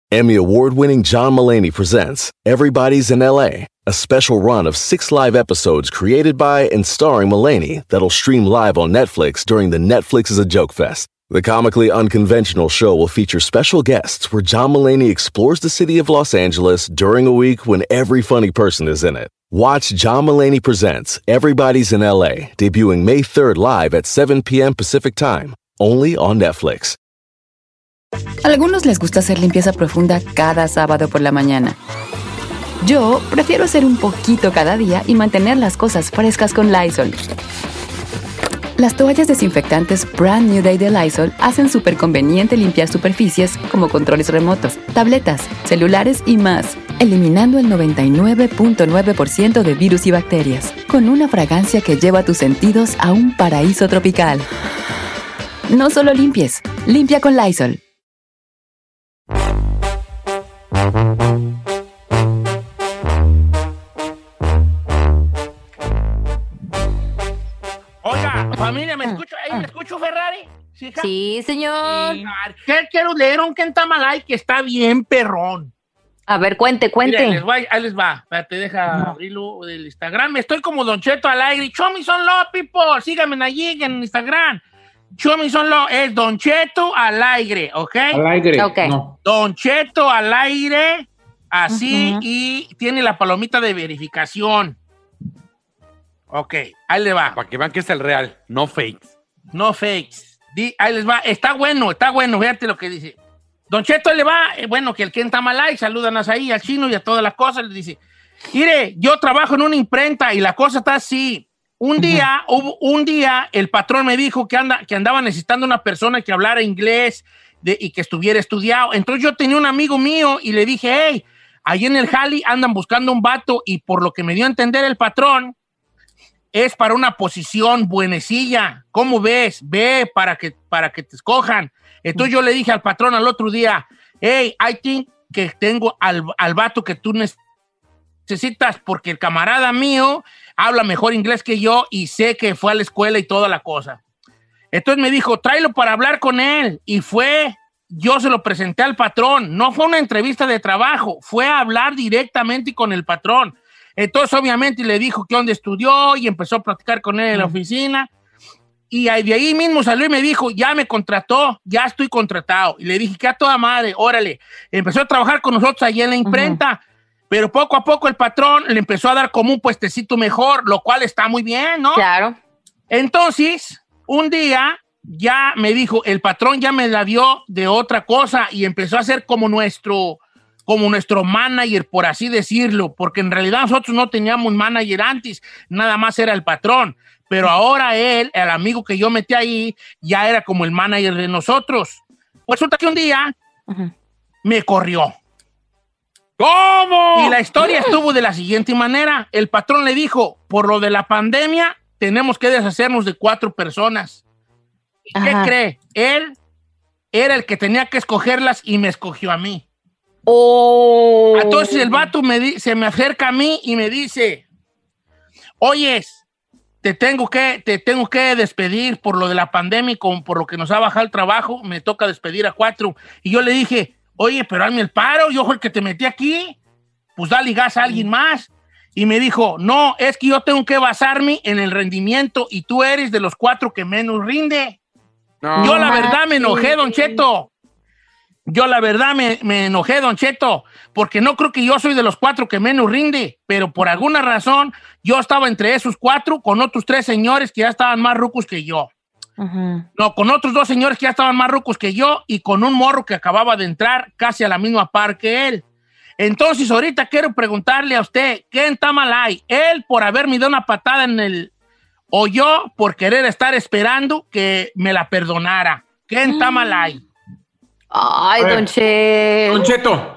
Emmy award-winning John Mulaney presents Everybody's in L.A., a special run of 6 live episodes created by and starring Mulaney that'll stream live on Netflix during the Netflix is a Joke Fest. The comically unconventional show will feature special guests where John Mulaney explores the city of Los Angeles during a week when every funny person is in it. Watch John Mulaney Presents Everybody's in L.A., debuting May 3rd live at 7 p.m. Pacific Time, only on Netflix. A algunos les gusta hacer limpieza profunda cada sábado por la mañana. Yo prefiero hacer un poquito cada día y mantener las cosas frescas con Lysol. Las toallas desinfectantes Brand New Day de Lysol hacen súper conveniente limpiar superficies como controles remotos, tabletas, celulares y más, eliminando el 99.9% de virus y bacterias, con una fragancia que lleva tus sentidos a un paraíso tropical. No solo limpies, limpia con Lysol. Oiga, familia, ¿me escucho, Ferrari? Sí, señor. Sí. Quiero leer un Kentamalay que está bien perrón. A ver, cuente. Mira, ahí les va. Espérate, deja abrirlo del Instagram. Estoy como Don Cheto al aire. Show me some love, people. Síganme allí en Instagram. Show me some love. Es Don Cheto al aire, ¿ok? Al aire. Okay. No. Don Cheto al aire. Así, y tiene la palomita de verificación. Ok, ahí le va. Para que vean que es el real, no fakes. No fakes. Ahí les va. Está bueno. Fíjate lo que dice. Don Cheto le va, bueno, que el Kentamalay, saludan ahí al chino y a todas las cosas, le dice, mire, yo trabajo en una imprenta y la cosa está así. Un día el patrón me dijo que andaba necesitando una persona que hablara inglés y que estuviera estudiado. Entonces yo tenía un amigo mío y le dije, hey, ahí en el Jali andan buscando un vato y por lo que me dio a entender el patrón, es para una posición buenecilla. ¿Cómo ves? Ve para que te escojan. Entonces yo le dije al patrón al otro día, hey, I think que tengo al vato que tú necesitas porque el camarada mío habla mejor inglés que yo y sé que fue a la escuela y toda la cosa. Entonces me dijo, tráelo para hablar con él. Y yo se lo presenté al patrón. No fue una entrevista de trabajo, fue a hablar directamente con el patrón. Entonces, obviamente, le dijo que dónde estudió y empezó a platicar con él en la oficina. Y de ahí mismo salió y me dijo, ya me contrató, ya estoy contratado. Y le dije, que a toda madre, órale. Empezó a trabajar con nosotros allí en la imprenta, pero poco a poco el patrón le empezó a dar como un puestecito mejor, lo cual está muy bien, ¿no? Claro. Entonces, un día ya me dijo, el patrón ya me la dio de otra cosa y empezó a ser como nuestro manager, por así decirlo, porque en realidad nosotros no teníamos manager antes, nada más era el patrón, pero ahora él, el amigo que yo metí ahí, ya era como el manager de nosotros. Pues resulta que un día me corrió. ¿Cómo? Y la historia estuvo de la siguiente manera. El patrón le dijo, por lo de la pandemia, tenemos que deshacernos de 4 personas. ¿Y qué cree? Él era el que tenía que escogerlas y me escogió a mí. Oh. Entonces el vato se me acerca a mí y me dice, oyes, te tengo que despedir por lo de la pandemia y por lo que nos ha bajado el trabajo, me toca despedir a 4. Y yo le dije, oye, pero hazme el paro, yo fui el que te metí aquí, pues dale gas a alguien más. Y me dijo, no, es que yo tengo que basarme en el rendimiento y tú eres de los 4 que menos rinde. No. Yo la verdad me enojé, Don Cheto. Yo la verdad me enojé, Don Cheto, porque no creo que yo soy de los 4 que menos rinde, pero por alguna razón yo estaba entre esos 4 con otros 3 señores que ya estaban más rucos que yo. No, con otros 2 señores que ya estaban más rucos que yo y con un morro que acababa de entrar casi a la misma par que él. Entonces ahorita quiero preguntarle a usted, ¿qué está mal ahí? ¿Él por haberme dado una patada en el... o yo por querer estar esperando que me la perdonara? ¿Qué está mal ahí? Ay, Don Cheto. Don Cheto.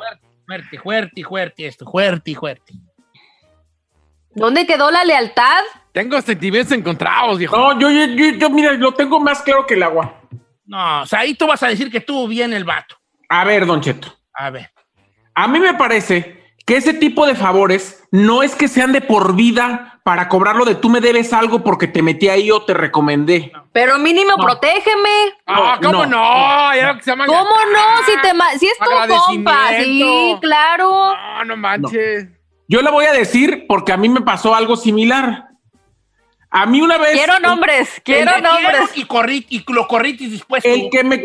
Fuerte. ¿Dónde quedó la lealtad? Tengo sentimientos encontrados, viejo. No, yo, mira, lo tengo más claro que el agua. No, o sea, ahí tú vas a decir que estuvo bien el vato. A ver, Don Cheto. A ver. A mí me parece que ese tipo de favores no es que sean de por vida para cobrarlo de tú me debes algo porque te metí ahí o te recomendé. Pero mínimo, protégeme. ¿Cómo no? Ya que se llaman ¿Cómo no? Si es tu compa. Sí, claro. No manches. Yo le voy a decir porque a mí me pasó algo similar. A mí una vez... Quiero nombres. Y lo corriste después. El que me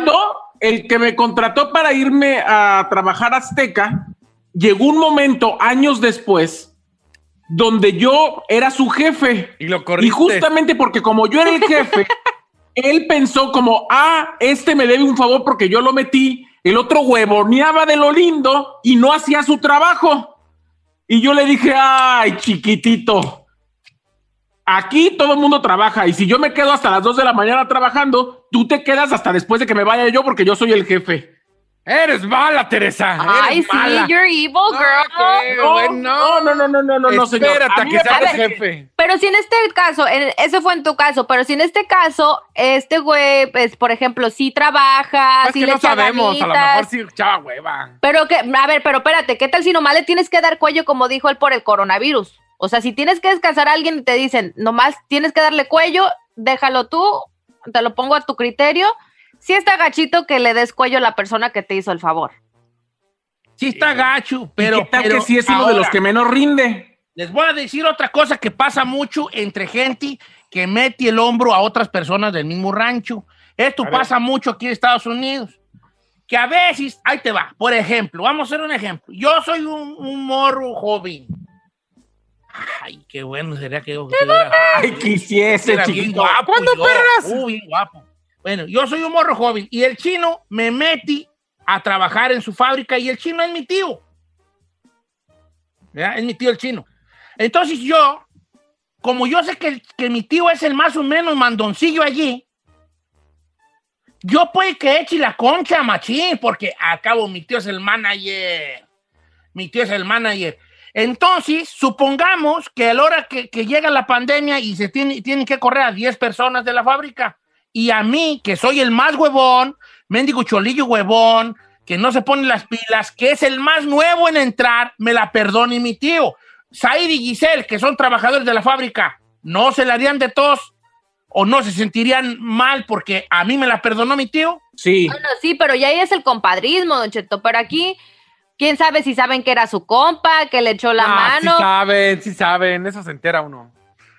contrató para irme a trabajar a Azteca, llegó un momento, años después, donde yo era su jefe. Y lo corriste. Y justamente porque como yo era el jefe, él pensó como, este me debe un favor porque yo lo metí. El otro huevoneaba de lo lindo y no hacía su trabajo. Y yo le dije, ay, chiquitito, aquí todo el mundo trabaja y si yo me quedo hasta las 2 de la mañana trabajando, tú te quedas hasta después de que me vaya yo porque yo soy el jefe. Eres mala, Teresa. Ay, sí, you're evil, girl. No, señor. Espérate a que seas jefe. Pero si en este caso, eso fue en tu caso, pero si en este caso, este güey, pues, por ejemplo, sí trabaja, Es sí que le no echa sabemos, a lo ganitas. mejor sí echaba hueva. Pero pero espérate, ¿qué tal si nomás le tienes que dar cuello como dijo él por el coronavirus? O sea, si tienes que descansar a alguien y te dicen, nomás tienes que darle cuello, déjalo tú, te lo pongo a tu criterio. Sí está gachito que le des cuello a la persona que te hizo el favor. Sí está gacho, pero... ¿Qué tal que sí es uno de los que menos rinde? Les voy a decir otra cosa que pasa mucho entre gente que mete el hombro a otras personas del mismo rancho. Esto pasa mucho aquí en Estados Unidos. Que a veces, ahí te va, por ejemplo, vamos a hacer un ejemplo. Yo soy un morro joven. Ay, qué bueno sería que yo tuviera... Ay, quisiese, Era bien chiquito. guapo. ¿Cuándo perras? Bien guapo. Bueno, yo soy un morro joven y el chino me metí a trabajar en su fábrica y el chino es mi tío. ¿Ya? Es mi tío el chino. Entonces yo, como yo sé que mi tío es el más o menos mandoncillo allí, yo puedo que eche la concha, machín, porque a cabo mi tío es el manager. Mi tío es el manager. Entonces, supongamos que a la hora que llega la pandemia y se tienen que correr a 10 personas de la fábrica, y a mí, que soy el más huevón, mendigo cholillo huevón, que no se pone las pilas, que es el más nuevo en entrar, me la perdone mi tío. Said y Giselle, que son trabajadores de la fábrica, ¿no se la harían de tos o no se sentirían mal porque a mí me la perdonó mi tío? Sí. Bueno, sí, pero ya ahí es el compadrismo, Don Cheto. Pero aquí, quién sabe si saben que era su compa, que le echó la mano. Sí saben, eso se entera uno.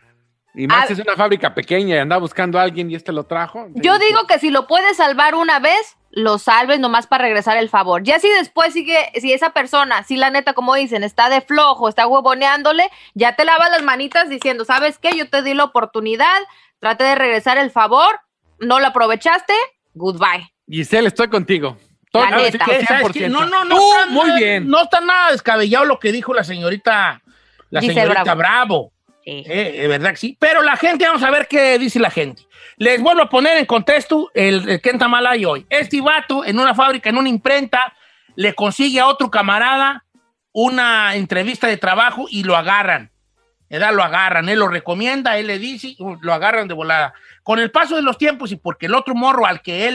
Y más si es una fábrica pequeña y anda buscando a alguien y lo trajo. Yo digo que si lo puedes salvar una vez, lo salves nomás para regresar el favor. Ya si después sigue, si esa persona, si la neta, como dicen, está de flojo, está huevoneándole, ya te lavas las manitas diciendo, ¿sabes qué? Yo te di la oportunidad, traté de regresar el favor, no lo aprovechaste, goodbye. Giselle, estoy contigo. La neta. ¿Sabes qué? No, muy bien. No está nada descabellado lo que dijo la señorita Giselle Bravo. Sí. De verdad que sí. Pero la gente, vamos a ver qué dice la gente. Les vuelvo a poner en contexto el Kenta Malay hoy. Este vato en una fábrica, en una imprenta, le consigue a otro camarada una entrevista de trabajo y lo agarran. Lo agarran, él lo recomienda, él le dice, lo agarran de volada. Con el paso de los tiempos y porque el otro morro al que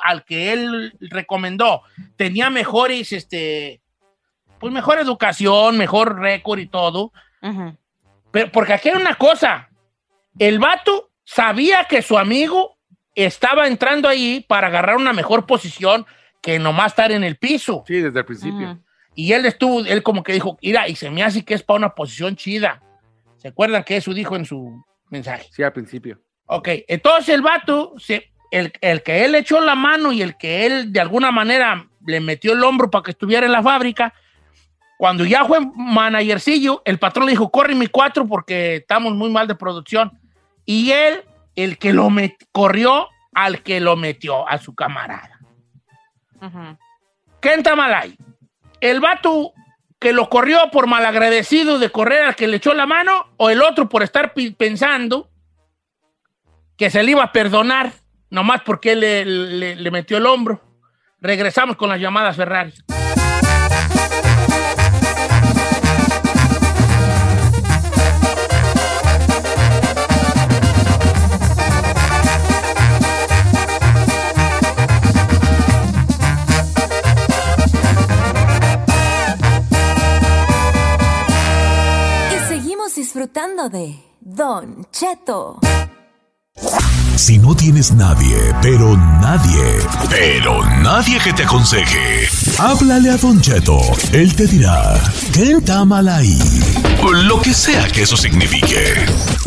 él recomendó, tenía mejores, pues mejor educación, mejor récord y todo. Uh-huh. Pero porque aquí hay una cosa, el vato sabía que su amigo estaba entrando ahí para agarrar una mejor posición que nomás estar en el piso. Sí, desde el principio. Uh-huh. Y él como que dijo, mira, y se me hace que es para una posición chida. ¿Se acuerdan que eso dijo en su mensaje? Sí, al principio. Ok, entonces el vato, el que él echó la mano y el que él de alguna manera le metió el hombro para que estuviera en la fábrica, cuando ya fue managercillo, el patrón le dijo, corre mi 4 porque estamos muy mal de producción. Y él, el que corrió al que lo metió, a su camarada. Uh-huh. Kenta Malay, el vato que lo corrió por malagradecido de correr al que le echó la mano, o el otro por estar pensando que se le iba a perdonar, nomás porque él le metió el hombro. Regresamos con las llamadas Ferrari. disfrutando de Don Cheto. Si no tienes nadie que te aconseje, háblale a Don Cheto. Él te dirá qué está mal ahí, o lo que sea que eso signifique.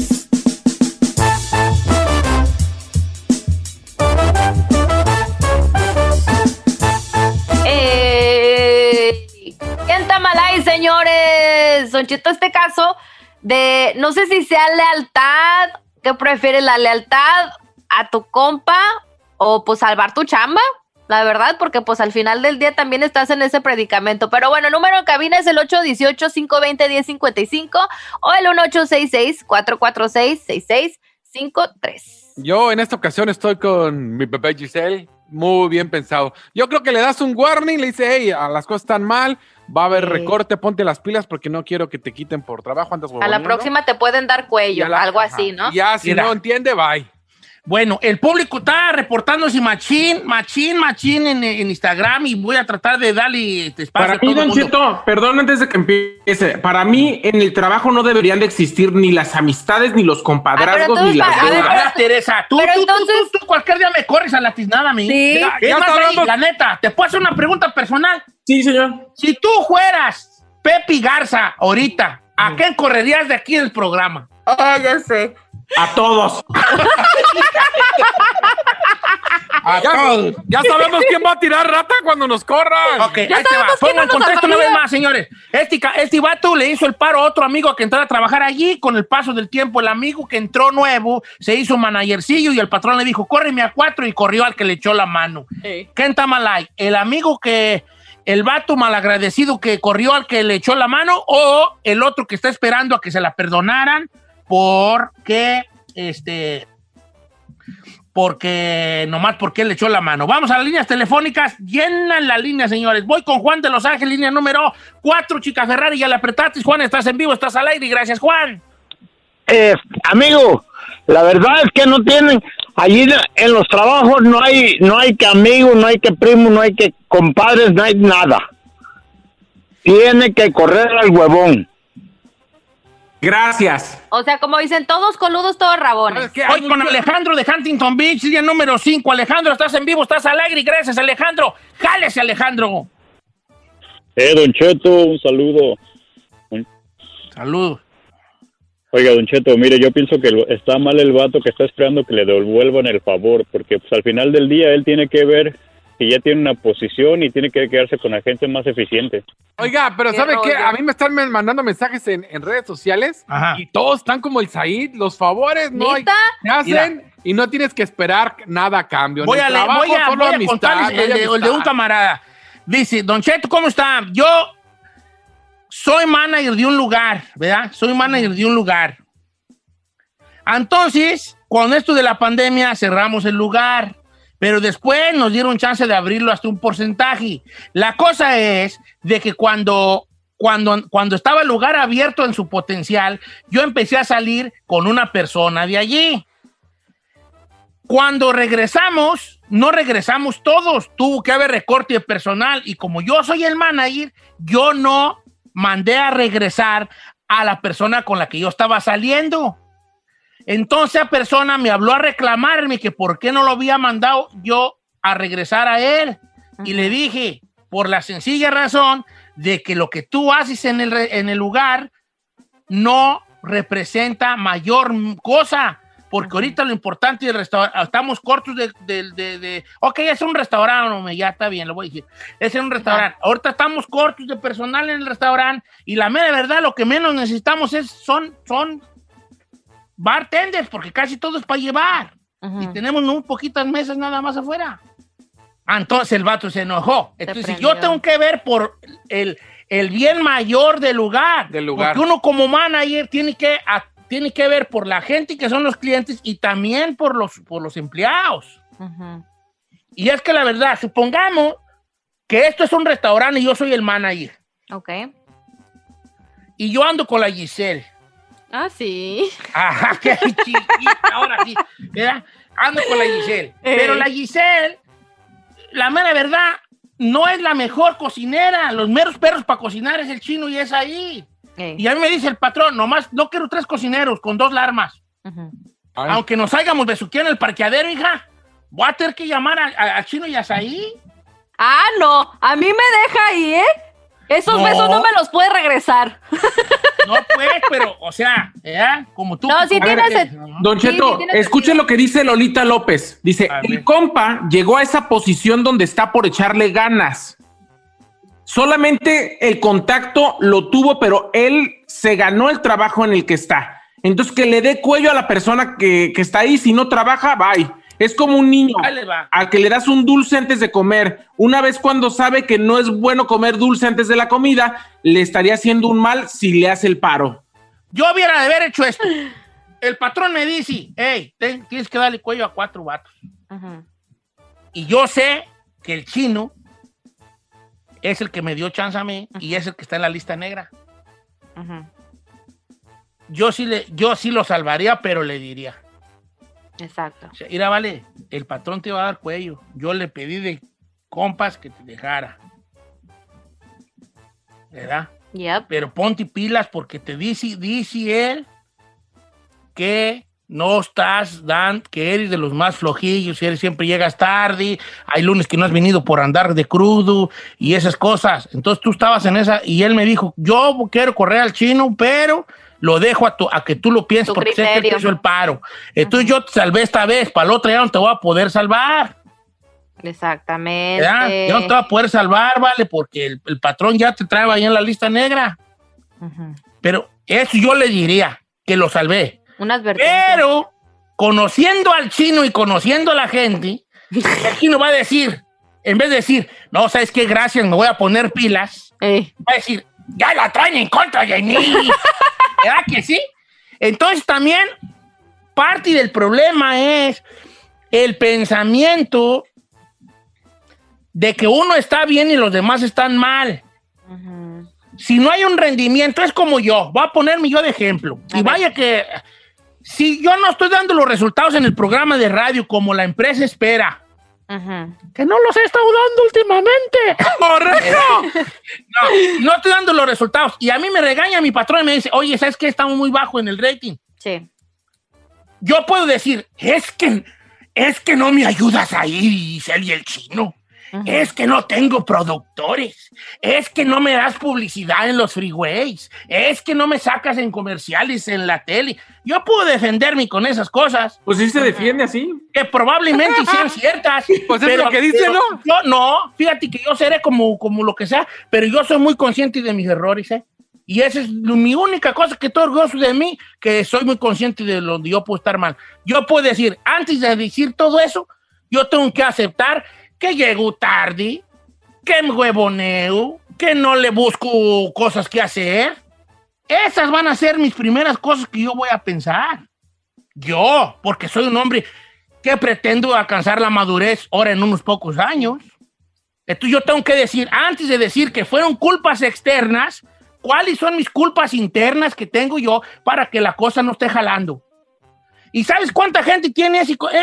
¿Quién está mal ahí, señores? Don Cheto, este caso de, no sé si sea lealtad, ¿qué prefieres, la lealtad a tu compa o pues salvar tu chamba? La verdad, porque pues al final del día también estás en ese predicamento. Pero bueno, el número en cabina es el 818-520-1055 o el 1866-446-6653. Yo en esta ocasión estoy con mi bebé Giselle, muy bien pensado. Yo creo que le das un warning, le dice, hey, las cosas están mal, va a haber recorte, ponte las pilas porque no quiero que te quiten por trabajo, andas A la próxima te pueden dar cuello, algo así, ¿no? Ya, si no entiende, bye. Bueno, el público está reportándose machín en Instagram y voy a tratar de darle espacio para a todo mí, el Don mundo. Cheto, perdón antes de que empiece. Para mí, en el trabajo no deberían de existir ni las amistades, ni los compadrazgos, ni las A ver, deudas. Teresa, tú cualquier día me corres a la tiznada a mí. Sí. Es más, ahí, la neta, ¿te puedo hacer una pregunta personal? Sí, señor. Si tú fueras Pepe Garza ahorita, ¿a quién correrías de aquí del programa? Ah, ya sé. A todos. Ya sabemos quién va a tirar rata cuando nos corran. Ok, ahí te va. Pongan en contexto una vez más, señores. Este vato le hizo el paro a otro amigo a que entrara a trabajar allí. Con el paso del tiempo, el amigo que entró nuevo se hizo managercillo y el patrón le dijo, córreme a 4 y corrió al que le echó la mano. Sí. ¿Quién está mal ahí? El vato malagradecido que corrió al que le echó la mano o el otro que está esperando a que se la perdonaran porque nomás porque él le echó la mano. Vamos a las líneas telefónicas, llenan la línea, señores. Voy con Juan de Los Ángeles, línea número 4, Chica Ferrari, ya la apretaste. Juan, estás en vivo, estás al aire, gracias, Juan. Amigo, la verdad es que no tienen, allí en los trabajos no hay que amigos, no hay que primos, no hay que compadres, no hay nada. Tiene que correr al huevón. Gracias. O sea, como dicen, todos coludos, todos rabones. Hoy con Alejandro de Huntington Beach, línea número 5. Alejandro, estás en vivo, estás al aire, gracias, Alejandro. Jálese, Alejandro. Don Cheto, un saludo. Saludos. Oiga, Don Cheto, mire, yo pienso que está mal el vato que está esperando que le devuelvan el favor, porque pues al final del día él tiene que ver que ya tiene una posición y tiene que quedarse con la gente más eficiente. Oiga, pero ¿sabe qué? A mí me están mandando mensajes en redes sociales. Ajá. Y todos están como el Said, los favores no hay, se hacen. Mira. Y no tienes que esperar nada a cambio. Voy a contarles el de un camarada. Dice, Don Cheto, ¿cómo está? Yo soy manager de un lugar, ¿verdad? Soy manager de un lugar. Entonces, con esto de la pandemia, cerramos el lugar. Pero después nos dieron chance de abrirlo hasta un porcentaje. La cosa es de que cuando estaba el lugar abierto en su potencial, yo empecé a salir con una persona de allí. Cuando regresamos, no regresamos todos. Tuvo que haber recorte de personal. Y como yo soy el manager, yo no mandé a regresar a la persona con la que yo estaba saliendo. Entonces esa persona me habló a reclamarme que por qué no lo había mandado yo a regresar a él. Y le dije, por la sencilla razón de que lo que tú haces en el lugar no representa mayor cosa. Porque ahorita lo importante del restaurante, estamos cortos ok, es un restaurante, ya está bien, lo voy a decir. Es un restaurante. Ahorita estamos cortos de personal en el restaurante y la mera verdad, lo que menos necesitamos son bartenders, porque casi todo es para llevar. Y tenemos un poquitas mesas nada más afuera. Entonces el vato se enojó. Entonces yo tengo que ver por el bien mayor del lugar. Porque uno como manager tiene que ver por la gente que son los clientes y también por los empleados. Y es que la verdad, supongamos que esto es un restaurante y yo soy el manager. Ok. Y yo ando con la Giselle. Ah, sí. Ajá, qué chiquita, ahora sí. ¿Verdad? Ando con la Giselle. Pero la Giselle, la mera verdad, no es la mejor cocinera. Los meros perros para cocinar es el chino y es ahí. Y a mí me dice el patrón, nomás no quiero 3 cocineros con 2 larmas. Aunque nos hayamos besuqueado en el parqueadero, hija, voy a tener que llamar a Chino y a Saí. No, a mí me deja ahí, ¿eh? Esos besos no me los puede regresar. No, pues, pero, o sea, como tú. No, sí tienes... Don Cheto, escuche lo que dice Lolita López. Dice, el compa llegó a esa posición donde está por echarle ganas. Solamente el contacto lo tuvo, pero él se ganó el trabajo en el que está. Entonces, que le dé cuello a la persona que está ahí. Si no trabaja, bye. Es como un niño al que le das un dulce antes de comer. Una vez cuando sabe que no es bueno comer dulce antes de la comida, le estaría haciendo un mal si le hace el paro. Yo hubiera de haber hecho esto. El patrón me dice, hey, tienes que darle cuello a 4 vatos. Y yo sé que el Chino es el que me dio chance a mí y es el que está en la lista negra. Yo sí lo salvaría, pero le diría. Exacto. O sea, mira, vale, el patrón te va a dar cuello. Yo le pedí de compas que te dejara. ¿Verdad? Yep. Pero ponte pilas porque te dice él que no estás que eres de los más flojillos, siempre llegas tarde, hay lunes que no has venido por andar de crudo y esas cosas. Entonces tú estabas en esa y él me dijo, yo quiero correr al Chino, pero lo dejo a que tú lo pienses porque sé que él te hizo el paro. Entonces yo te salvé esta vez, para la otra ya no te voy a poder salvar. Exactamente. ¿Verdad? Ya no te voy a poder salvar, vale, porque el patrón ya te trae ahí en la lista negra. Pero eso yo le diría, que lo salvé. Una advertencia. Pero, conociendo al Chino y conociendo a la gente, el Chino va a decir, en vez de decir, no, ¿sabes qué? Gracias, me voy a poner pilas. Va a decir, ya la traen en contra de mí. ¿Verdad que sí? Entonces también parte del problema es el pensamiento de que uno está bien y los demás están mal. Si no hay un rendimiento, es como yo. Voy a ponerme yo de ejemplo. Y vaya que si yo no estoy dando los resultados en el programa de radio como la empresa espera, que no los he estado dando últimamente. ¡Correcto! No estoy dando los resultados. Y a mí me regaña mi patrón y me dice, oye, ¿sabes qué? Estamos muy bajo en el rating. Sí. Yo puedo decir, es que no me ayudas ahí, Giselle y el Chino. Es que no tengo productores. Es que no me das publicidad en los freeways. Es que no me sacas en comerciales en la tele. Yo puedo defenderme con esas cosas. Pues sí se defiende así. Que probablemente sean ciertas. Pues es lo que dice, ¿no? Yo no. Fíjate que yo seré como lo que sea, pero yo soy muy consciente de mis errores, ¿eh? Y esa es mi única cosa que estoy orgulloso de mí, que soy muy consciente de donde yo puedo estar mal. Yo puedo decir, antes de decir todo eso, yo tengo que aceptar que llego tarde, que me huevoneo, que no le busco cosas que hacer. Esas van a ser mis primeras cosas que yo voy a pensar. Yo, porque soy un hombre que pretendo alcanzar la madurez ahora en unos pocos años. Entonces yo tengo que decir, antes de decir que fueron culpas externas, ¿cuáles son mis culpas internas que tengo yo para que la cosa no esté jalando? ¿Y sabes cuánta gente tiene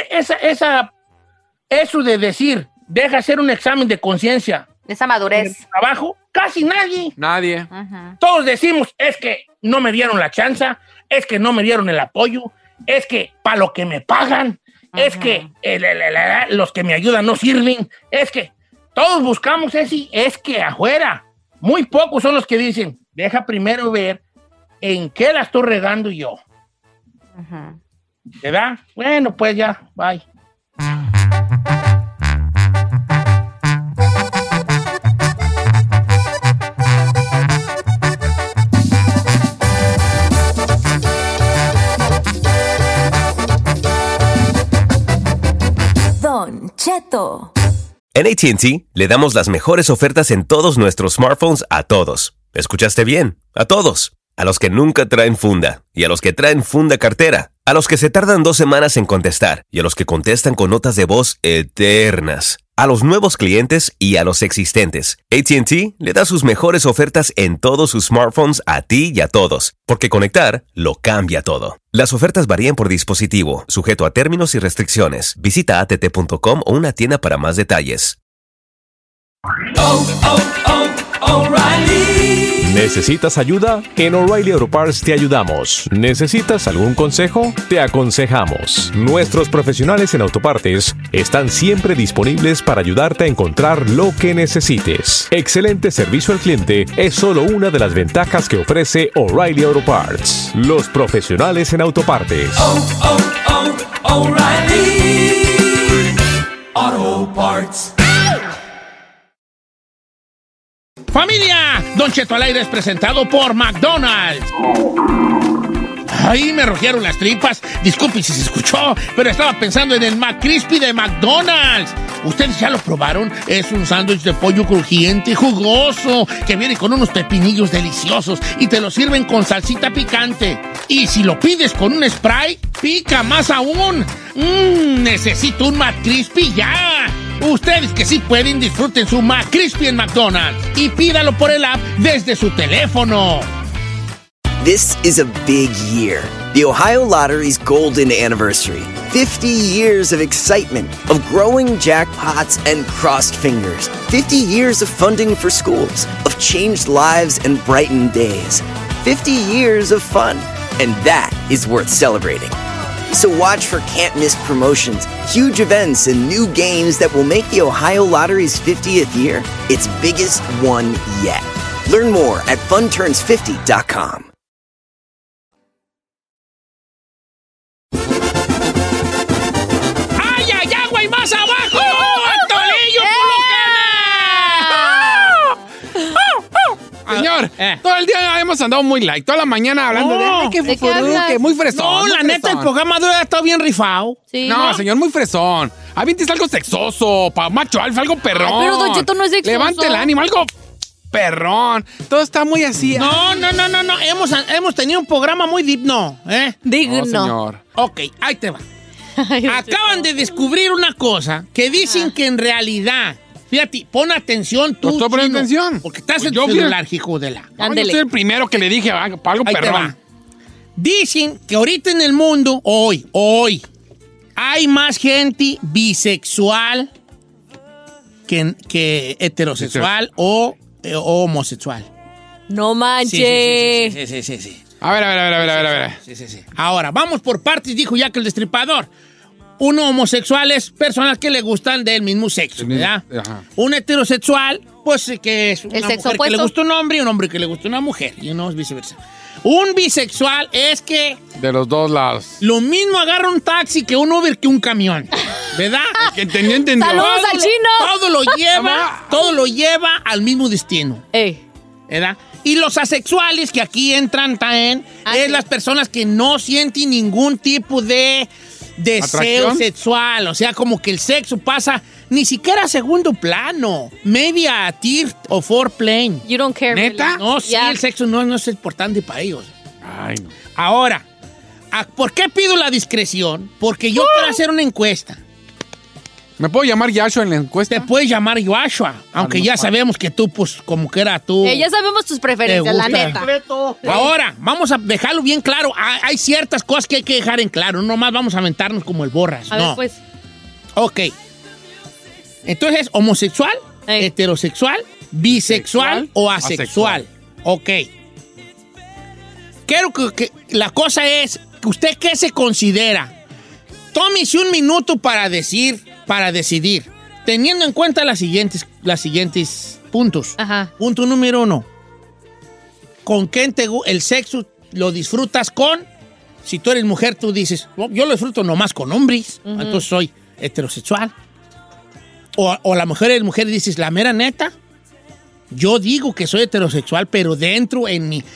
eso de decir, deja hacer un examen de conciencia? Esa madurez. ¿En el trabajo? Casi nadie. Nadie. Todos decimos, es que no me dieron la chance, es que no me dieron el apoyo, es que para lo que me pagan, es que los que me ayudan no sirven, es que todos buscamos ese, es que afuera. Muy pocos son los que dicen, deja primero ver en qué la estoy regando yo. ¿Verdad? Bueno, pues ya, bye. Don Cheto. En AT&T le damos las mejores ofertas en todos nuestros smartphones a todos. ¿Escuchaste bien? A todos. A los que nunca traen funda y a los que traen funda cartera. A los que se tardan 2 semanas en contestar y a los que contestan con notas de voz eternas. A los nuevos clientes y a los existentes. AT&T le da sus mejores ofertas en todos sus smartphones a ti y a todos. Porque conectar lo cambia todo. Las ofertas varían por dispositivo, sujeto a términos y restricciones. Visita att.com o una tienda para más detalles. O'Reilly. ¿Necesitas ayuda? En O'Reilly Auto Parts te ayudamos. ¿Necesitas algún consejo? Te aconsejamos. Nuestros profesionales en autopartes están siempre disponibles para ayudarte a encontrar lo que necesites. Excelente servicio al cliente es solo una de las ventajas que ofrece O'Reilly Auto Parts. Los profesionales en autopartes. O'Reilly Auto Parts. ¡Familia! Don Cheto al aire es presentado por McDonald's. Ay, me rugieron las tripas. Disculpe si se escuchó, pero estaba pensando en el McCrispy de McDonald's. ¿Ustedes ya lo probaron? Es un sándwich de pollo crujiente y jugoso que viene con unos pepinillos deliciosos y te lo sirven con salsita picante. Y si lo pides con un Sprite, pica más aún. Necesito un McCrispy ya. Ustedes que sí pueden, disfruten su McCrispy en McDonald's y pídalo por el app desde su teléfono. This is a big year. The Ohio Lottery's golden anniversary. 50 years of excitement, of growing jackpots and crossed fingers. 50 years of funding for schools, of changed lives and brightened days. 50 years of fun, and that is worth celebrating. So watch for can't-miss promotions, huge events, and new games that will make the Ohio Lottery's 50th year its biggest one yet. Learn more at funturns50.com. ¡Ay, ay, agua y más abajo! ¡Atolillo, Señor, todo el día hemos andado muy light. Toda la mañana hablando de ay, qué fufurú, que muy fresón. No, la neta, el programa de hoy ha estado bien rifado. Sí, no, señor, muy fresón. Avientes algo sexoso, pa' macho alfa, algo perrón. Ay, pero Don Cheto no es sexoso. Levante el ánimo, algo perrón. Todo está muy así. No. Hemos tenido un programa muy digno, ¿eh? Digno. No, señor. Ok, ahí te va. Acaban de descubrir una cosa que dicen que en realidad... Fíjate, pon atención tú, ¿Estoy poniendo atención? Porque estás en tu celular, hijo de la... No, yo soy el primero que le dije algo perrón. Dicen que ahorita en el mundo, hoy, hay más gente bisexual que heterosexual o homosexual. No manches. Sí. A ver. Sí. Ahora, vamos por partes, dijo Jack el Destripador. Un homosexual es personas que le gustan del mismo sexo, ¿verdad? Ajá. Un heterosexual, pues que es una mujer que le gusta un hombre y un hombre que le gusta una mujer, y no es viceversa. Un bisexual es que... De los dos lados. Lo mismo agarra un taxi que un Uber que un camión, ¿verdad? El que entendió. ¡Saludos al chino! Todo lo lleva al mismo destino. ¿Verdad? Y los asexuales, que aquí entran también, es las personas que no sienten ningún tipo de deseo sexual. O sea, como que el sexo pasa ni siquiera a segundo plano. Maybe a tier o fourth plane. You don't care. ¿Neta? Really. No, sí, el sexo no es importante para ellos. Ay, no. Ahora, ¿por qué pido la discreción? Porque yo quiero hacer una encuesta. ¿Me puedo llamar Yashua en la encuesta? Te puedes llamar Yashua, aunque ya sabemos que tú, pues, como que era tú. Ya sabemos tus preferencias, la neta. Ahora, vamos a dejarlo bien claro. Hay ciertas cosas que hay que dejar en claro. No nomás vamos a aventarnos como el borras. A ver, pues. Ok. Entonces, homosexual, heterosexual, bisexual o asexual. Ok. Quiero que la cosa es, ¿usted qué se considera? Tómese un minuto para decidir, teniendo en cuenta las siguientes puntos. Ajá. Punto número 1. ¿Con quién el sexo lo disfrutas con? Si tú eres mujer, tú dices, yo lo disfruto nomás con hombres, entonces soy heterosexual. O la mujer y dices, la mera neta, yo digo que soy heterosexual, pero dentro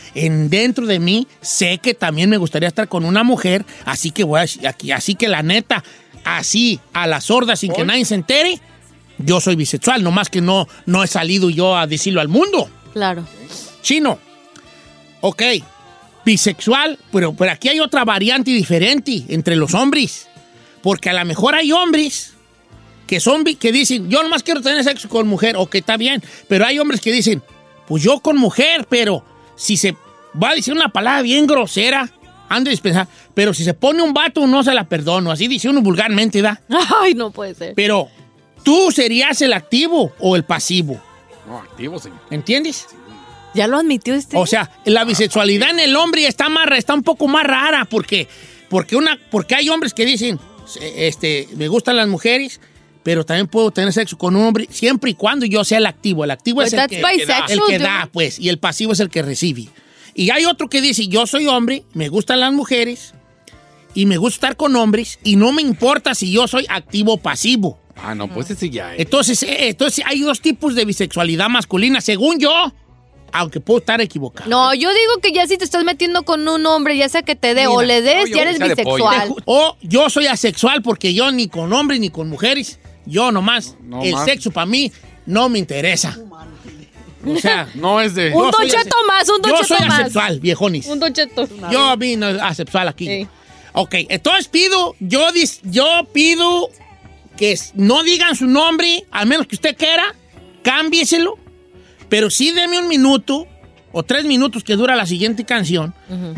de mí sé que también me gustaría estar con una mujer, así que voy así que la neta, así a la sorda sin que nadie se entere, yo soy bisexual, nomás que no he salido yo a decirlo al mundo. Claro. Chino. Ok. Bisexual, pero aquí hay otra variante diferente entre los hombres, porque a lo mejor hay hombres que dicen, yo nomás quiero tener sexo con mujer, ok, está bien, pero hay hombres que dicen, pues yo con mujer, pero si se va a decir una palabra bien grosera, ando a dispensar, pero si se pone un vato no se la perdono, así dice uno vulgarmente, ¿da? Ay, no puede ser. Pero, ¿tú serías el activo o el pasivo? No, activo, señor. ¿Entiendes? Ya lo admitió O sea, la bisexualidad en el hombre está un poco más rara porque hay hombres que dicen, me gustan las mujeres, pero también puedo tener sexo con un hombre siempre y cuando yo sea el activo. El activo es el que da, pues, y el pasivo es el que recibe. Y hay otro que dice, yo soy hombre, me gustan las mujeres y me gusta estar con hombres y no me importa si yo soy activo o pasivo. Ah, no, pues ese ya es. Entonces hay dos tipos de bisexualidad masculina, según yo, aunque puedo estar equivocado. No, yo digo que ya si te estás metiendo con un hombre, ya sea que te dé o le des, ya eres bisexual. O yo soy asexual porque yo ni con hombres ni con mujeres, yo nomás, sexo para mí no me interesa. O sea, no es de... Un Don Cheto más, un Don Cheto más. Yo soy asexual, viejonis. Un Don Cheto. Yo a mí no asexual aquí. Sí. Ok, entonces yo pido que no digan su nombre, al menos que usted quiera, cámbieselo, pero sí deme 1 minuto o 3 minutos que dura la siguiente canción,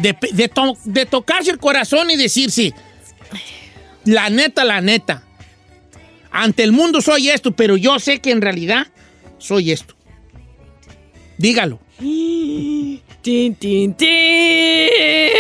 de tocarse el corazón y decirse, la neta, ante el mundo soy esto, pero yo sé que en realidad soy esto. Dígalo. Tin, tin, tin.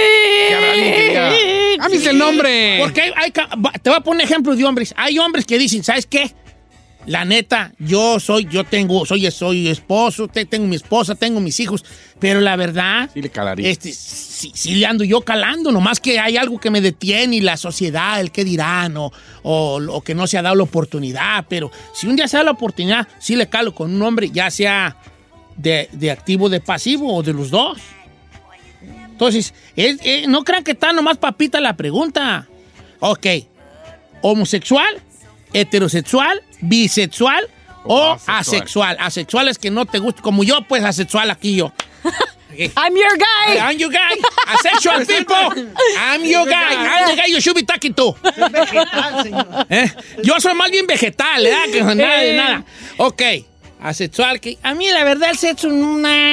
¡Cámbiese el nombre! Porque te voy a poner ejemplos de hombres. Hay hombres que dicen, ¿sabes qué? La neta, soy esposo, tengo mi esposa, tengo mis hijos, pero la verdad... Sí le calaría. Sí le ando yo calando, nomás que hay algo que me detiene y la sociedad, el qué dirán, o que no se ha dado la oportunidad, pero si un día se da la oportunidad, sí le calo con un hombre, ya sea de activo, de pasivo o de los dos. Entonces, no crean que está nomás papita la pregunta. Ok, homosexual, heterosexual, bisexual o asexual. Asexual es que no te gusta, como yo, pues asexual aquí yo. I'm your guy. I'm your guy. Asexual people. I'm your guy. I'm the guy you should be talking to. Es vegetal, señor. Yo soy más bien vegetal, ¿verdad? Que nada de nada. Ok, asexual, que a mí la verdad el sexo no...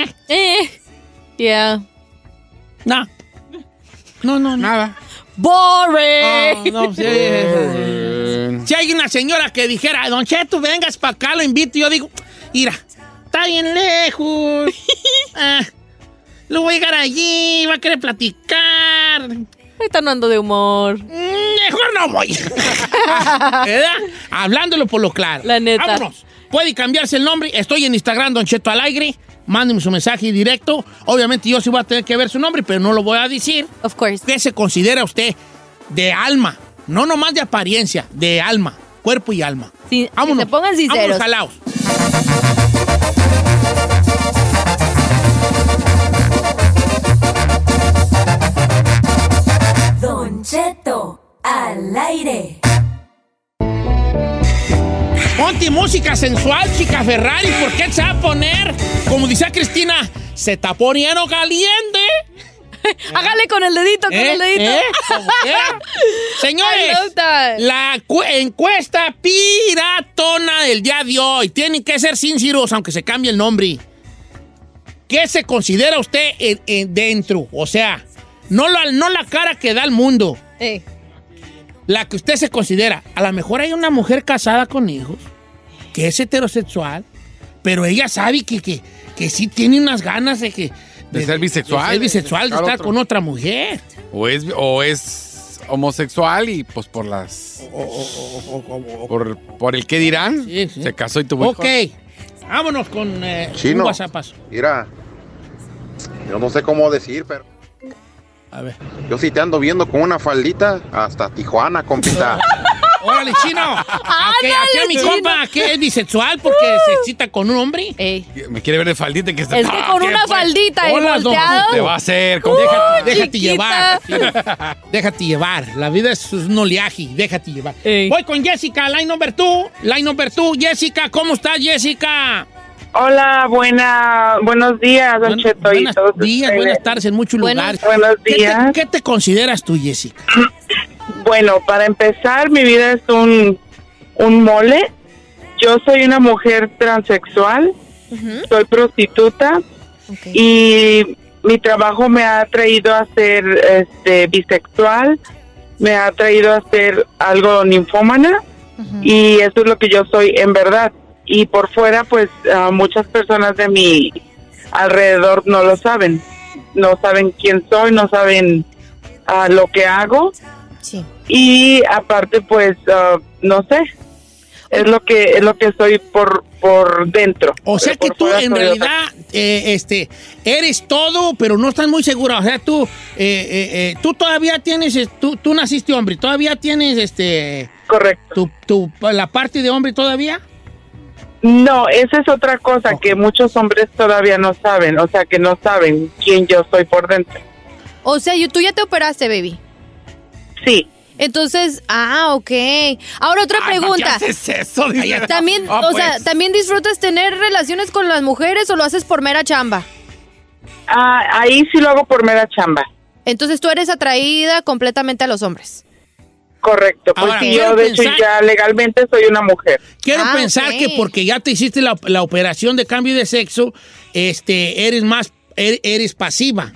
Yeah. No. Nada. Boring. No, sí. Si hay una señora que dijera, Don Cheto, vengas para acá, lo invito, y yo digo, mira, está bien lejos. Lo voy a llegar allí, va a querer platicar. Ahorita no ando de humor. Mejor no voy. ¿Verdad? Hablándolo por lo claro. La neta. Vámonos. Puede cambiarse el nombre. Estoy en Instagram, Don Cheto al aire. Mándenme su mensaje directo. Obviamente yo sí voy a tener que ver su nombre, pero no lo voy a decir. Of course. ¿Qué se considera usted de alma? No nomás de apariencia, de alma, cuerpo y alma. Sí, vámonos. Que se pongan sinceros. Vámonos, jalaos. Don Cheto al aire. Ponte música sensual, chica Ferrari. ¿Por qué se va a poner? Como dice Cristina, se está poniendo caliente. Hágale con el dedito, Señores, la encuesta piratona del día de hoy. Tienen que ser sinceros, aunque se cambie el nombre. ¿Qué se considera usted dentro? O sea, no la cara que da al mundo. La que usted se considera. A lo mejor hay una mujer casada con hijos que es heterosexual, pero ella sabe que sí tiene unas ganas de ser bisexual. De ser bisexual, de estar con otra mujer. O es homosexual y pues por las... por el qué dirán, sí. Se casó y tuvo hijos. Ok, vámonos con Chino, un WhatsApp. Mira, yo no sé cómo decir, pero... A ver. Yo sí te ando viendo con una faldita hasta Tijuana, compita. ¡Órale, Chino! Aquí a mi compa, que es bisexual porque se excita con un hombre. Me quiere ver de faldita. Es que con una faldita y volteado. Te va a hacer. Déjate llevar. Déjate llevar. La vida es un oleaje. Déjate llevar. Voy con Jessica, line number 2. Jessica, ¿cómo estás, Jessica? Hola, buenos días, Don Cheto. Buenos días, buenas tardes en muchos lugares. Buenos días. ¿Qué te consideras tú, Jessica? Bueno, para empezar, mi vida es un mole. Yo soy una mujer transexual, soy prostituta y mi trabajo me ha traído a ser bisexual, me ha traído a ser algo ninfómana y eso es lo que yo soy en verdad. Y por fuera, pues, muchas personas de mi alrededor no lo saben. No saben quién soy, no saben lo que hago. Sí. Y aparte, pues, no sé. Es lo que soy por dentro. O sea que tú en realidad eres todo, pero no estás muy segura. O sea, tú todavía tienes, tú naciste hombre, todavía tienes correcto. La parte de hombre todavía. No, esa es otra cosa que muchos hombres todavía no saben. O sea, que no saben quién yo soy por dentro. O sea, tú ya te operaste, baby. Sí. Entonces, ok. Ahora otra pregunta. ¿Qué haces eso? También, sea, ¿también disfrutas tener relaciones con las mujeres o lo haces por mera chamba? Ahí sí lo hago por mera chamba. Entonces tú eres atraída completamente a los hombres. Correcto, pues ahora, yo de hecho ya legalmente soy una mujer. Quiero pensar que porque ya te hiciste la operación de cambio de sexo, eres pasiva.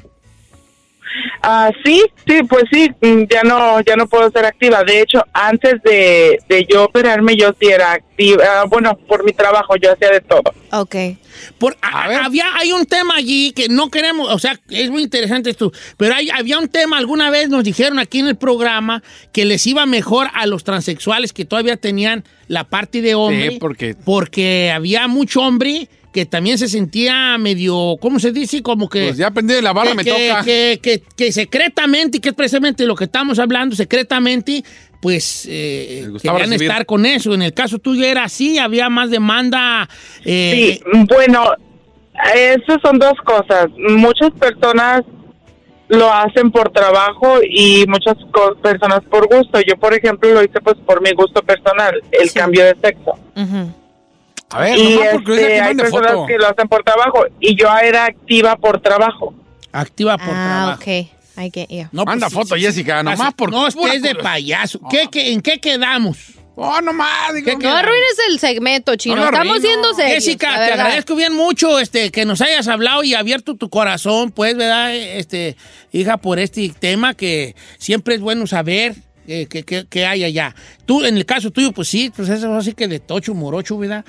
Sí, pues sí, ya no puedo ser activa. De hecho, antes de yo operarme, yo sí era activa. Bueno, por mi trabajo yo hacía de todo. Ok. Hay un tema allí que no queremos, o sea, es muy interesante esto, pero había un tema, alguna vez nos dijeron aquí en el programa que les iba mejor a los transexuales que todavía tenían la parte de hombre. Sí, porque había mucho hombre que también se sentía medio, ¿cómo se dice? Como que... Pues ya aprendí de la barra, me toca. Que secretamente, y que es precisamente lo que estamos hablando, secretamente, pues querían estar con eso. En el caso tuyo era así, había más demanda. Sí, bueno, esas son dos cosas. Muchas personas lo hacen por trabajo y muchas personas por gusto. Yo, por ejemplo, lo hice pues por mi gusto personal, el cambio de sexo. A ver, y hay personas que lo hacen por trabajo y yo era activa por trabajo. Activa por trabajo. Ok. Hay que no, manda pues, foto, Jessica, nomás por... No estés de payaso. ¿En qué quedamos? Nomás. No arruines el segmento, Chino. No estamos siendo serios. Jessica, te agradezco bien mucho que nos hayas hablado y abierto tu corazón, pues, ¿verdad? Hija, por este tema que siempre es bueno saber que hay allá. Tú, en el caso tuyo, pues sí, pues eso así que de tocho, morocho, ¿verdad?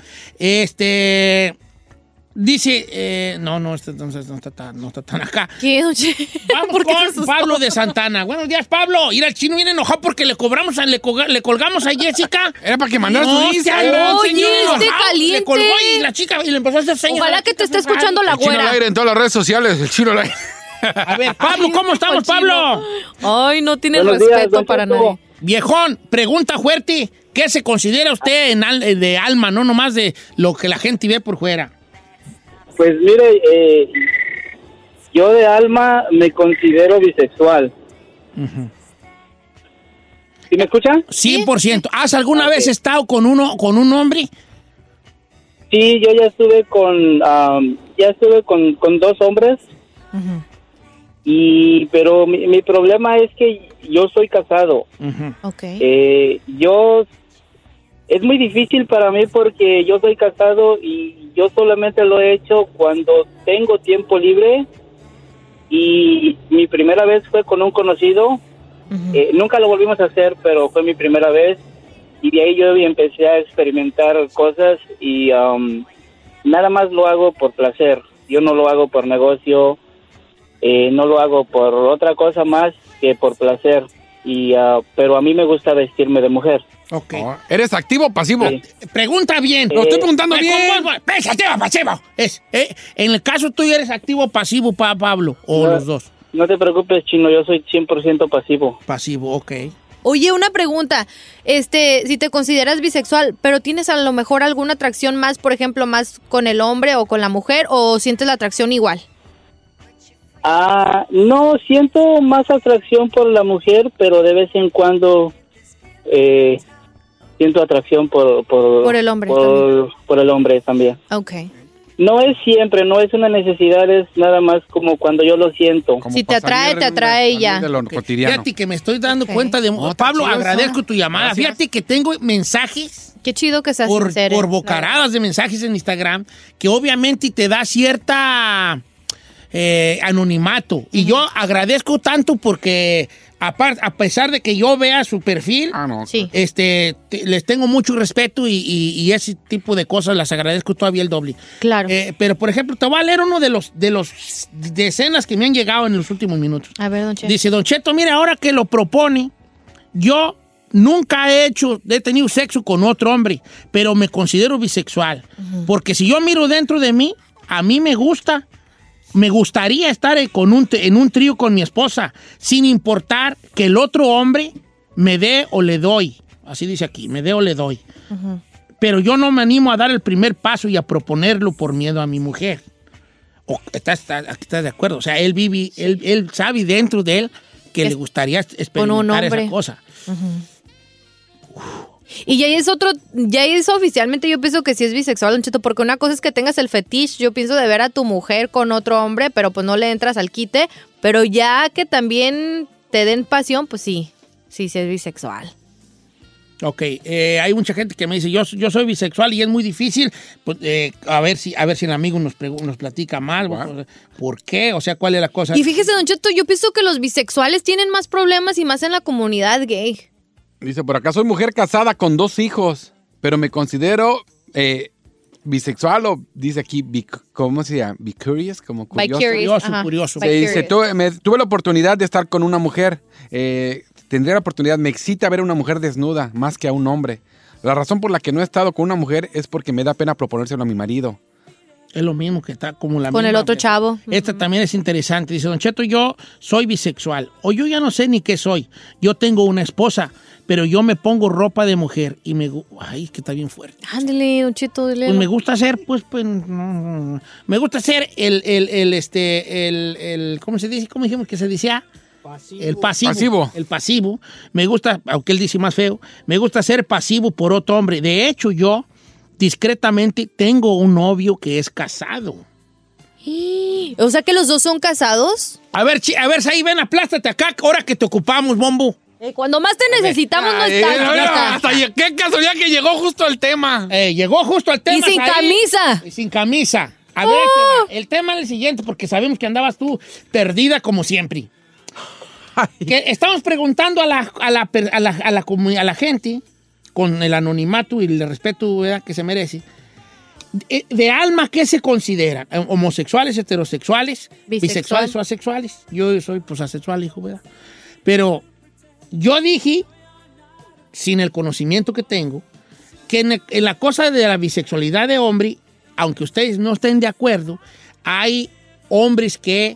Dice, no está tan acá. ¿Qué? Vamos con Pablo de Santana. Buenos días, Pablo. Ir al Chino viene enojado porque le colgamos a Jessica. Era para que mandara su lista. Oye, caliente. Le colgó y la chica y le empezó a hacer señas. Ojalá que te esté escuchando la güera. El Chino al aire en todas las redes sociales. El Chino al aire. A ver, Pablo, ¿cómo estamos, Pablo? Ay, no tienes respeto para nadie. Viejón, pregunta fuerte. ¿Qué se considera usted de alma, no nomás de lo que la gente ve por fuera? Pues mire, yo de alma me considero bisexual. ¿Sí me escuchan? 100%. ¿Has alguna vez estado con un hombre? Sí, yo ya estuve con dos hombres. Pero mi problema es que yo soy casado. Okay. Es muy difícil para mí porque yo soy casado y yo solamente lo he hecho cuando tengo tiempo libre, y mi primera vez fue con un conocido. Nunca lo volvimos a hacer, pero fue mi primera vez, y de ahí yo empecé a experimentar cosas y nada más lo hago por placer. Yo no lo hago por negocio, no lo hago por otra cosa más que por placer, pero a mí me gusta vestirme de mujer. Ok. ¿Eres activo o pasivo? Sí. Pregunta bien. Lo estoy preguntando bien. ¿Es activo o pasivo? En el caso tuyo, ¿eres activo o pasivo, Pablo? ¿O los dos? No te preocupes, Chino, yo soy 100% pasivo. Pasivo, ok. Oye, una pregunta. Si te consideras bisexual, ¿pero tienes a lo mejor alguna atracción más, por ejemplo, más con el hombre o con la mujer, o sientes la atracción igual? No, siento más atracción por la mujer, pero de vez en cuando siento atracción por el hombre por el hombre también. Okay. No es siempre, no es una necesidad, es nada más como cuando yo lo siento. Si te atrae ya. Fíjate que me estoy dando cuenta de... Pablo, agradezco tu llamada. Gracias. Fíjate que tengo mensajes... Qué chido que seas por bocaradas de mensajes en Instagram, que obviamente te da cierta... anonimato. Y yo agradezco tanto porque a pesar de que yo vea su perfil, les tengo mucho respeto y ese tipo de cosas las agradezco todavía el doble. Claro. Pero, por ejemplo, te voy a leer uno de los decenas que me han llegado en los últimos minutos. A ver, Don Cheto. Dice, Don Cheto, mire, ahora que lo propone, yo nunca he tenido sexo con otro hombre, pero me considero bisexual. Porque si yo miro dentro de mí, a mí me gustaría estar en un trío con mi esposa, sin importar que el otro hombre me dé o le doy. Así dice aquí, me dé o le doy. Pero yo no me animo a dar el primer paso y a proponerlo por miedo a mi mujer. ¿Estás de acuerdo? O sea, él sabe dentro de él que le gustaría experimentar esa cosa. Y ya es oficialmente, yo pienso que sí es bisexual, Don Cheto, porque una cosa es que tengas el fetiche, yo pienso, de ver a tu mujer con otro hombre, pero pues no le entras al quite, pero ya que también te den pasión, pues sí es bisexual. Ok, hay mucha gente que me dice, yo soy bisexual y es muy difícil, pues, a ver si el amigo nos platica más, ¿por qué? O sea, ¿cuál es la cosa? Y fíjese, Don Cheto, yo pienso que los bisexuales tienen más problemas y más en la comunidad gay. Dice, por acá soy mujer casada con 2 hijos, pero me considero bisexual o dice aquí, ¿cómo se llama? Bicurious, como curioso. Curioso. Dice, tuve la oportunidad de estar con una mujer, tendría la oportunidad, me excita ver a una mujer desnuda más que a un hombre. La razón por la que no he estado con una mujer es porque me da pena proponérselo a mi marido. Es lo mismo que está como la con misma, el otro chavo. Esta también es interesante. Dice, Don Cheto, yo soy bisexual. O yo ya no sé ni qué soy. Yo tengo una esposa, pero yo me pongo ropa de mujer y ay, es que está bien fuerte. Ándale, Don Cheto, dile. Pues me gusta hacer, no. Me gusta hacer el ¿cómo se dice? ¿Cómo dijimos que se decía? El pasivo. El pasivo. Me gusta, aunque él dice más feo, me gusta ser pasivo por otro hombre. De hecho, yo discretamente tengo un novio que es casado. O sea que los dos son casados. A ver, ahí ven, aplástate acá, ahora que te ocupamos, Bombo. Cuando más te necesitamos no estás. Qué casualidad que llegó justo al tema. Llegó justo al tema. Y sin camisa. Y sin camisa. A ver, el tema es el siguiente, porque sabemos que andabas tú perdida como siempre. Que estamos preguntando a la gente, con el anonimato y el respeto, ¿verdad?, que se merece, de alma, ¿qué se considera? ¿Homosexuales, heterosexuales, bisexuales o asexuales? Yo soy pues asexual, hijo, ¿verdad? Pero yo dije, sin el conocimiento que tengo, que en la cosa de la bisexualidad de hombre, aunque ustedes no estén de acuerdo, hay hombres que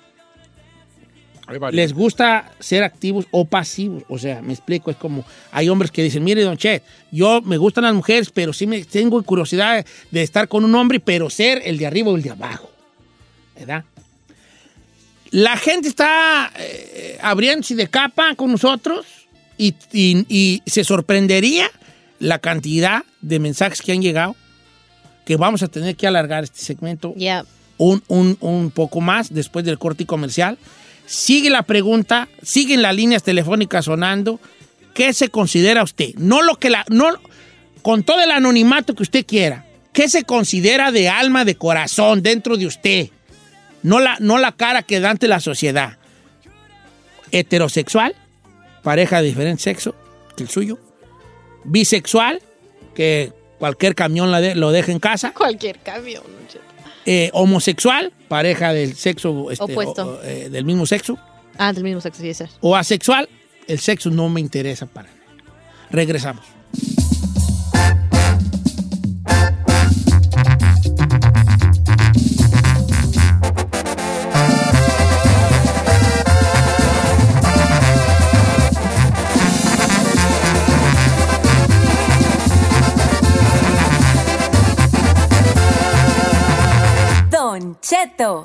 les gusta ser activos o pasivos. O sea, me explico, es como, hay hombres que dicen, mire, Don Chet, yo me gustan las mujeres, pero sí tengo curiosidad de estar con un hombre, pero ser el de arriba o el de abajo, ¿verdad? La gente está abriéndose de capa con nosotros y se sorprendería la cantidad de mensajes que han llegado, que vamos a tener que alargar este segmento un poco más después del corte comercial. Sigue la pregunta, siguen las líneas telefónicas sonando. ¿Qué se considera usted? No con todo el anonimato que usted quiera. ¿Qué se considera de alma, de corazón dentro de usted? No la cara que da ante la sociedad. ¿Heterosexual? Pareja de diferente sexo que el suyo. ¿Bisexual? Que cualquier camión lo deja en casa. Cualquier camión. ¿Homosexual? Pareja del sexo opuesto. Del mismo sexo. Del mismo sexo, sí, ese. ¿O asexual? El sexo no me interesa para nada. Regresamos. Don Cheto.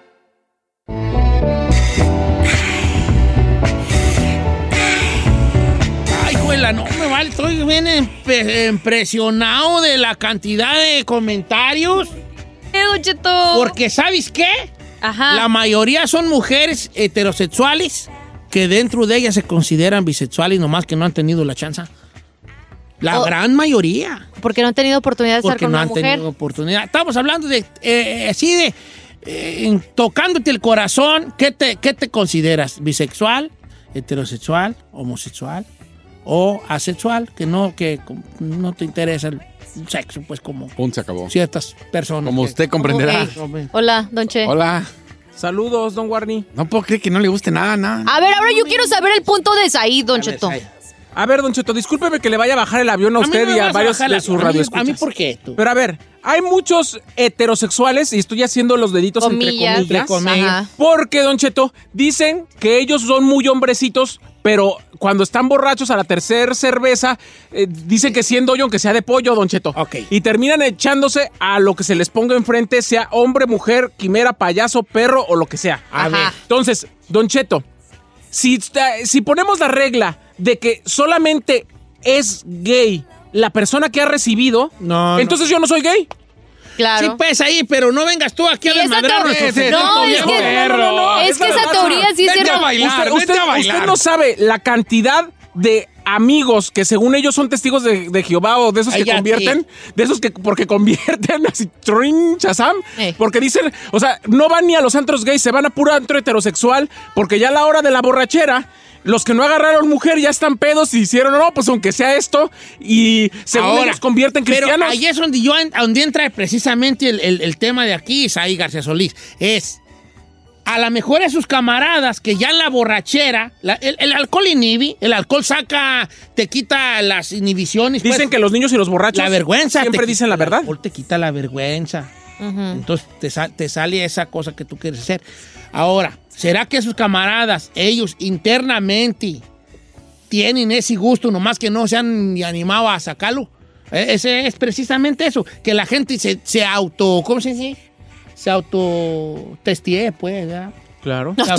Ay, juela, no me vale. Estoy bien impresionado de la cantidad de comentarios. Don Cheto. Porque, ¿sabes qué? Ajá. La mayoría son mujeres heterosexuales que dentro de ellas se consideran bisexuales, nomás que no han tenido la chance. La gran mayoría. Porque no han tenido oportunidad de estar con una mujer. Porque no han tenido oportunidad. Estamos hablando de, así de, tocándote el corazón, ¿qué te consideras? ¿Bisexual, heterosexual, homosexual o asexual? Que no te interesa el sexo, pues como se acabó. Ciertas personas. Como usted comprenderá. Hola, Don Che. Hola. Saludos, don Warney. No puedo creer que no le guste nada. A ver, ahora yo quiero saber el punto de Said, Don Cheto. A ver, don Cheto, discúlpeme que le vaya a bajar el avión a usted y a varios de sus radioescuchas. ¿A mí por qué? Tú? Pero a ver, hay muchos heterosexuales, y estoy haciendo los deditos entre comillas, porque, don Cheto, dicen que ellos son muy hombrecitos, pero cuando están borrachos a la tercera cerveza, dicen que siendo hoyo, aunque sea de pollo, don Cheto. Okay. Y terminan echándose a lo que se les ponga enfrente, sea hombre, mujer, quimera, payaso, perro o lo que sea. A ver. Entonces, don Cheto, si ponemos la regla de que solamente es gay la persona que ha recibido, entonces yo no soy gay. Claro. Sí, pues ahí, pero no vengas tú aquí a desmadrar nuestros No, es que esa teoría sí se... Usted no sabe la cantidad de amigos que según ellos son testigos de Jehová o de esos que convierten, de esos que porque convierten así, chazam, porque dicen, o sea, no van ni a los antros gays, se van a puro antro heterosexual, porque ya a la hora de la borrachera, los que no agarraron mujer ya están pedos y hicieron, no, pues aunque sea esto, y según ellos convierten cristianos. Pero ahí es donde entra precisamente el tema de aquí, Isaí García Solís, es... A lo mejor a sus camaradas que ya en la borrachera, el alcohol inhibe, el alcohol te quita las inhibiciones. Dicen pues, que los niños y los borrachos la vergüenza siempre dicen la verdad. El alcohol te quita la vergüenza. Entonces te sale esa cosa que tú quieres hacer. Ahora, ¿será que sus camaradas, ellos internamente, tienen ese gusto, nomás que no se han ni animado a sacarlo? Ese es precisamente eso, que la gente se auto... ¿Cómo se dice? Se autotestie, pues, ¿verdad? Claro. Se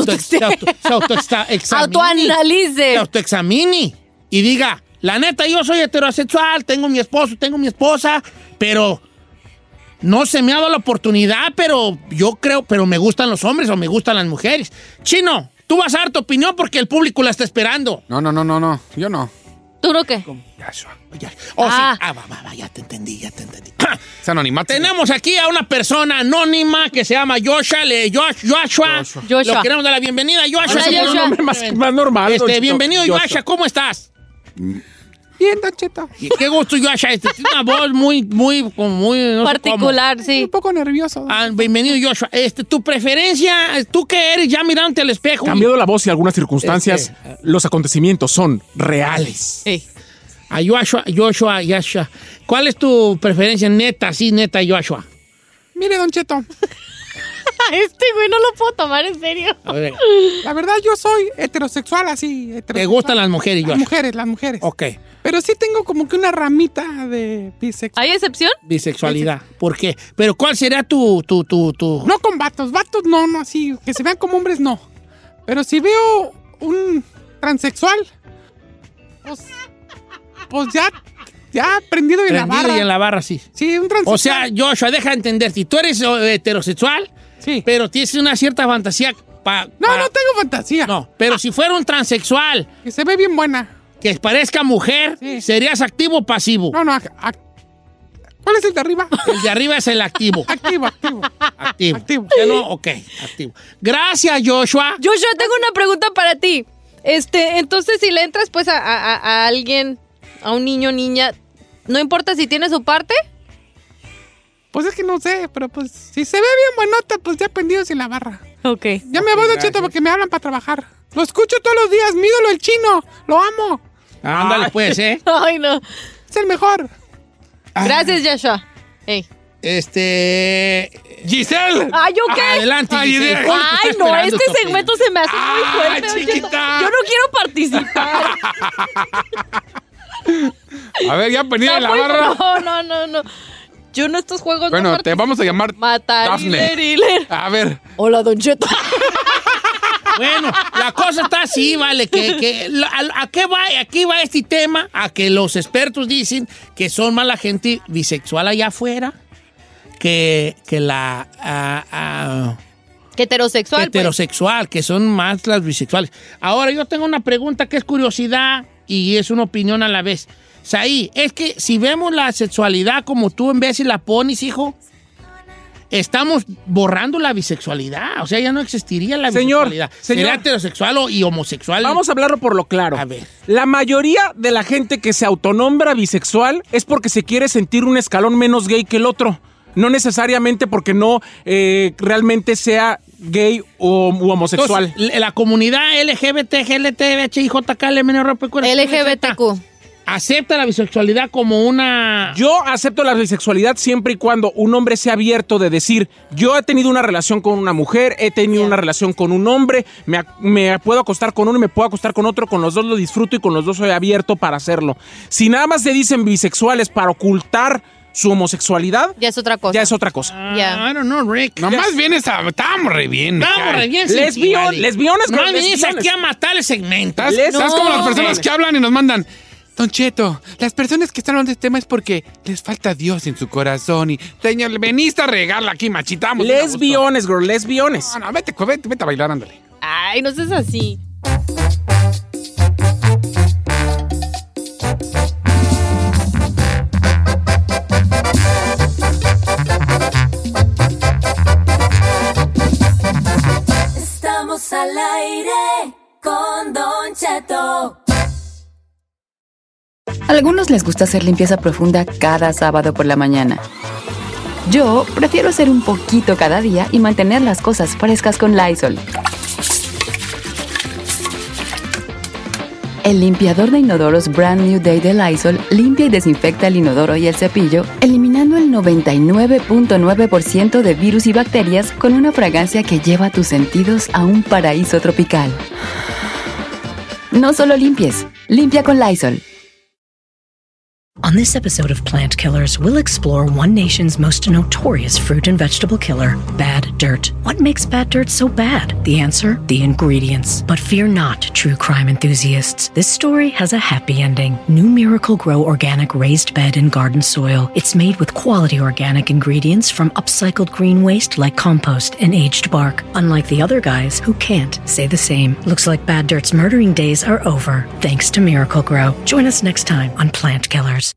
autoanalice. Se autoexamine y diga, la neta, yo soy heterosexual, tengo mi esposo, tengo mi esposa, pero no se me ha dado la oportunidad, pero yo creo, pero me gustan los hombres o me gustan las mujeres. Chino, tú vas a dar tu opinión porque el público la está esperando. No, yo no. ¿Tú no qué? Oh, sí. Ya te entendí. Es anonimato. Tenemos aquí a una persona anónima que se llama Joshua. Lo queremos dar la bienvenida, Joshua. Hola, Joshua. Un nombre más normal. Bienvenido, Joshua. ¿Cómo estás? Bien, Don Cheto. Qué gusto, Joshua. Tiene una voz muy no particular, sí. Un poco nervioso. Bienvenido, Joshua. Tu preferencia, ¿tú qué eres ya mirándote al espejo? Cambiado la voz y algunas circunstancias, los acontecimientos son reales. A Joshua, ¿cuál es tu preferencia neta, Joshua? Mire, Don Cheto. Este güey no lo puedo tomar en serio. A ver. La verdad, yo soy heterosexual, así. ¿Te gustan las mujeres, Joshua? Las mujeres. Ok. Pero sí tengo como que una ramita de bisexualidad. ¿Hay excepción? Bisexualidad. ¿Por qué? ¿Pero cuál sería tu...? No con vatos no, así. Que se vean como hombres, no. Pero si veo un transexual, pues ya prendido en la barra. Y en la barra, sí. Sí, un transexual. O sea, Joshua, deja de entender. Si tú eres heterosexual, sí, pero tienes una cierta fantasía No tengo fantasía. No, pero si fuera un transexual... Que se ve bien buena. Que parezca mujer, sí. ¿Serías activo o pasivo? No. ¿Cuál es el de arriba? El de arriba es el activo. Activo. ¿Ya no? Ok, activo. Gracias, Joshua. Joshua, tengo una pregunta para ti. Entonces, si le entras pues a alguien, a un niño, niña, ¿no importa si tiene su parte? Pues es que no sé, pero pues si se ve bien buenota, pues ya prendidos en la barra. Ok. Ya me voy, Don Cheto, porque me hablan para trabajar. Lo escucho todos los días, mi ídolo el Chino, lo amo. Ándale pues, Ay, no. Es el mejor. Gracias, Joshua. Hey. Giselle. Ay, ¿yo qué? Adelante, Giselle. Ay, no, este segmento se me hace muy fuerte. Chiquita. Yo no quiero participar. A ver, ya venía en la barra. No. Yo en estos juegos bueno, te vamos a llamar Daphne. A ver. Hola, Don Cheto. Bueno, la cosa está así, vale, ¿a qué va? Aquí va este tema, a que los expertos dicen que son más la gente bisexual allá afuera que la... que heterosexual. Heterosexual, que son más las bisexuales. Ahora, yo tengo una pregunta que es curiosidad y es una opinión a la vez. Saí, es que si vemos la sexualidad como tú en vez de la pones, hijo, estamos borrando la bisexualidad. O sea, ya no existiría la bisexualidad. Sería heterosexual y homosexual. Vamos a hablarlo por lo claro. A ver. La mayoría de la gente que se autonombra bisexual es porque se quiere sentir un escalón menos gay que el otro. No necesariamente porque no realmente sea gay u homosexual. Entonces, la comunidad LGBT, GLTBH, LGBTQ. ¿Acepta la bisexualidad como una...? Yo acepto la bisexualidad siempre y cuando un hombre sea abierto de decir, yo he tenido una relación con una mujer, he tenido una relación con un hombre, me puedo acostar con uno y me puedo acostar con otro, con los dos lo disfruto y con los dos soy abierto para hacerlo. Si nada más se dicen bisexuales para ocultar su homosexualidad, ya es otra cosa. Ya es otra cosa. I don't know, Rick. Nomás vienes estábamos re bien. Estábamos re bien. Lesbiones. No vienes aquí a matar el segmento. ¿Estás como las personas que hablan y nos mandan? Don Cheto, las personas que están hablando de este tema es porque les falta Dios en su corazón y, señor, veniste a regarla aquí, machitamos. Lesbiones, girl, lesbiones. No, vete a bailar, ándale. Ay, no seas así. Estamos al aire con Don Cheto. A algunos les gusta hacer limpieza profunda cada sábado por la mañana. Yo prefiero hacer un poquito cada día y mantener las cosas frescas con Lysol. El limpiador de inodoros Brand New Day de Lysol limpia y desinfecta el inodoro y el cepillo, eliminando el 99.9% de virus y bacterias con una fragancia que lleva tus sentidos a un paraíso tropical. No solo limpies, limpia con Lysol. On this episode of Plant Killers, we'll explore one nation's most notorious fruit and vegetable killer, bad dirt. What makes bad dirt so bad? The answer? The ingredients. But fear not, true crime enthusiasts. This story has a happy ending. New Miracle-Gro Organic Raised Bed and Garden Soil. It's made with quality organic ingredients from upcycled green waste like compost and aged bark. Unlike the other guys who can't say the same. Looks like bad dirt's murdering days are over, thanks to Miracle-Gro. Join us next time on Plant Killers.